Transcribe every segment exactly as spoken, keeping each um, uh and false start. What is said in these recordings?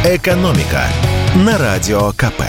«Экономика» на Радио КП.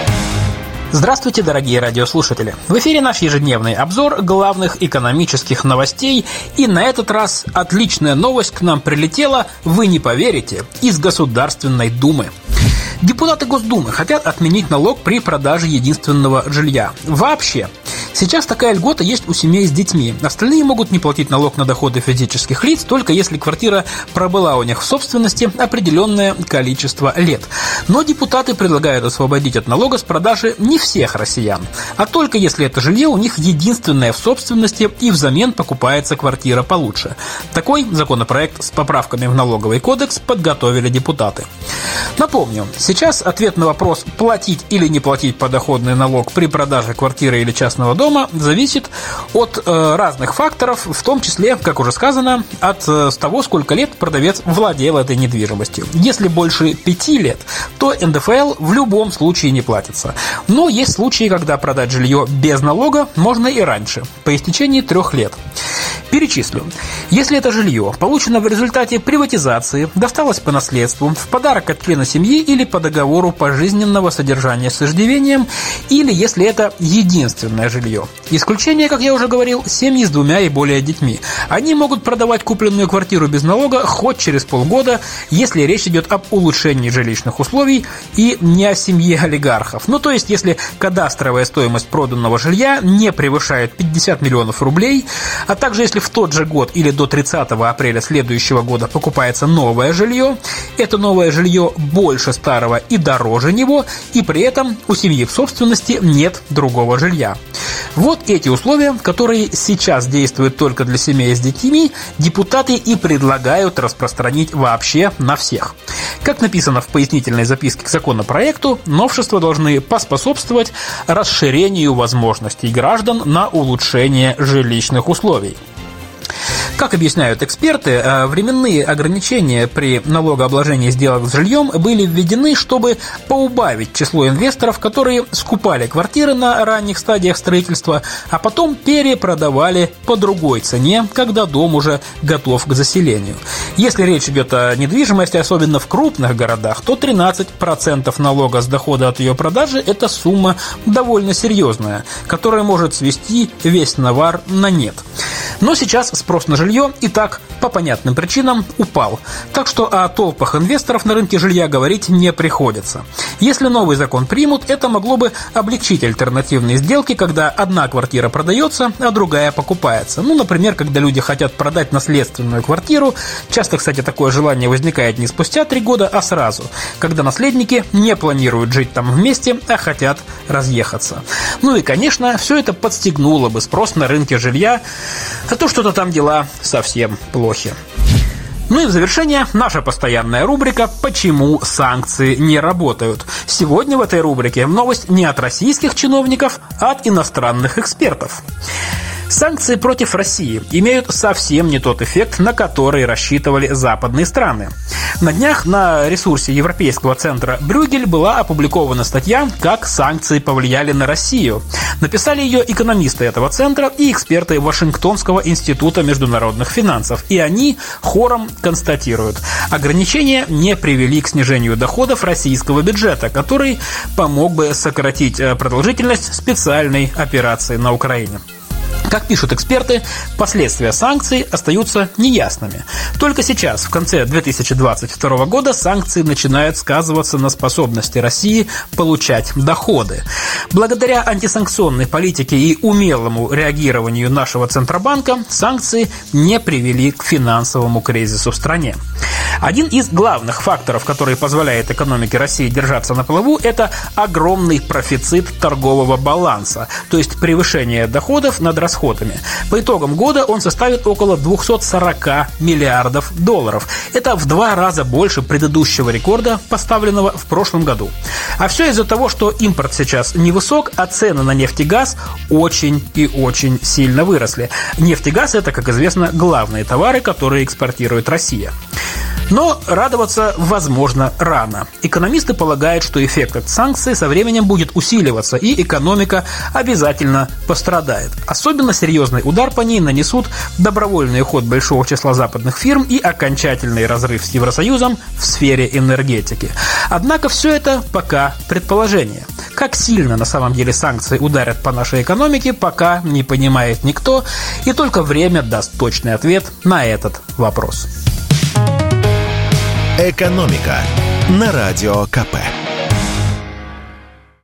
Здравствуйте, дорогие радиослушатели! В эфире наш ежедневный обзор главных экономических новостей. И на этот раз отличная новость к нам прилетела, вы не поверите, из Государственной Думы. Депутаты Госдумы хотят отменить налог при продаже единственного жилья. Вообще. Сейчас такая льгота есть у семей с детьми. Остальные могут не платить налог на доходы физических лиц, только если квартира пробыла у них в собственности определенное количество лет. Но депутаты предлагают освободить от налога с продажи не всех россиян, а только если это жилье у них единственное в собственности и взамен покупается квартира получше. Такой законопроект с поправками в налоговый кодекс подготовили депутаты. Напомню, сейчас ответ на вопрос, платить или не платить подоходный налог при продаже квартиры или частного дома дома зависит от э, разных факторов, в том числе, как уже сказано, от э, того, сколько лет продавец владел этой недвижимостью. Если больше пяти лет, то эн дэ эф эл в любом случае не платится. Но есть случаи, когда продать жилье без налога можно и раньше, по истечении трех лет. Перечислю. Если это жилье получено в результате приватизации, досталось по наследству, в подарок от члена семьи или по договору пожизненного содержания с иждивением, или если это единственное жилье. Исключение, как я уже говорил, семьи с двумя и более детьми. Они могут продавать купленную квартиру без налога хоть через полгода, если речь идет об улучшении жилищных условий и не о семье олигархов. Ну, то есть, если кадастровая стоимость проданного жилья не превышает пятьдесят миллионов рублей, а также если в тот же год или до тридцатого апреля следующего года покупается новое жилье, это новое жилье больше старого и дороже него, и при этом у семьи в собственности нет другого жилья. Вот эти условия, которые сейчас действуют только для семей с детьми, депутаты и предлагают распространить вообще на всех. Как написано в пояснительной записке к законопроекту, новшества должны поспособствовать расширению возможностей граждан на улучшение жилищных условий. Как объясняют эксперты, временные ограничения при налогообложении сделок с жильем были введены, чтобы поубавить число инвесторов, которые скупали квартиры на ранних стадиях строительства, а потом перепродавали по другой цене, когда дом уже готов к заселению. Если речь идет о недвижимости, особенно в крупных городах, то тринадцать процентов налога с дохода от ее продажи – это сумма довольно серьезная, которая может свести весь навар на нет. Но сейчас спрос на жилье и так по понятным причинам упал, так что о толпах инвесторов на рынке жилья говорить не приходится. Если новый закон примут, это могло бы облегчить альтернативные сделки, когда одна квартира продается, а другая покупается. Ну, например, когда люди хотят продать наследственную квартиру, часто, кстати, такое желание возникает не спустя три года, а сразу, когда наследники не планируют жить там вместе, а хотят разъехаться. Ну и, конечно, все это подстегнуло бы спрос на рынке жилья, а то что-то там дела совсем плохи. Ну и в завершение наша постоянная рубрика «Почему санкции не работают?». Сегодня в этой рубрике новость не от российских чиновников, а от иностранных экспертов. Санкции против России имеют совсем не тот эффект, на который рассчитывали западные страны. На днях на ресурсе Европейского центра Брюгель была опубликована статья «Как санкции повлияли на Россию». Написали ее экономисты этого центра и эксперты Вашингтонского института международных финансов. И они хором констатируют: ограничения не привели к снижению доходов российского бюджета, который помог бы сократить продолжительность специальной операции на Украине. Как пишут эксперты, последствия санкций остаются неясными. Только сейчас, в конце две тысячи двадцать второго года, санкции начинают сказываться на способности России получать доходы. Благодаря антисанкционной политике и умелому реагированию нашего Центробанка, санкции не привели к финансовому кризису в стране. Один из главных факторов, который позволяет экономике России держаться на плаву, это огромный профицит торгового баланса, то есть превышение доходов над расходами. По итогам года он составит около двести сорок миллиардов долларов. Это в два раза больше предыдущего рекорда, поставленного в прошлом году. А все из-за того, что импорт сейчас невысок, а цены на нефть и газ очень и очень сильно выросли. Нефть и газ – это, как известно, главные товары, которые экспортирует Россия. Но радоваться, возможно, рано. Экономисты полагают, что эффект от санкций со временем будет усиливаться, и экономика обязательно пострадает. Особенно серьезный удар по ней нанесут добровольный уход большого числа западных фирм и окончательный разрыв с Евросоюзом в сфере энергетики. Однако все это пока предположение. Как сильно на самом деле санкции ударят по нашей экономике, пока не понимает никто, и только время даст точный ответ на этот вопрос. «Экономика» на Радио ка пэ.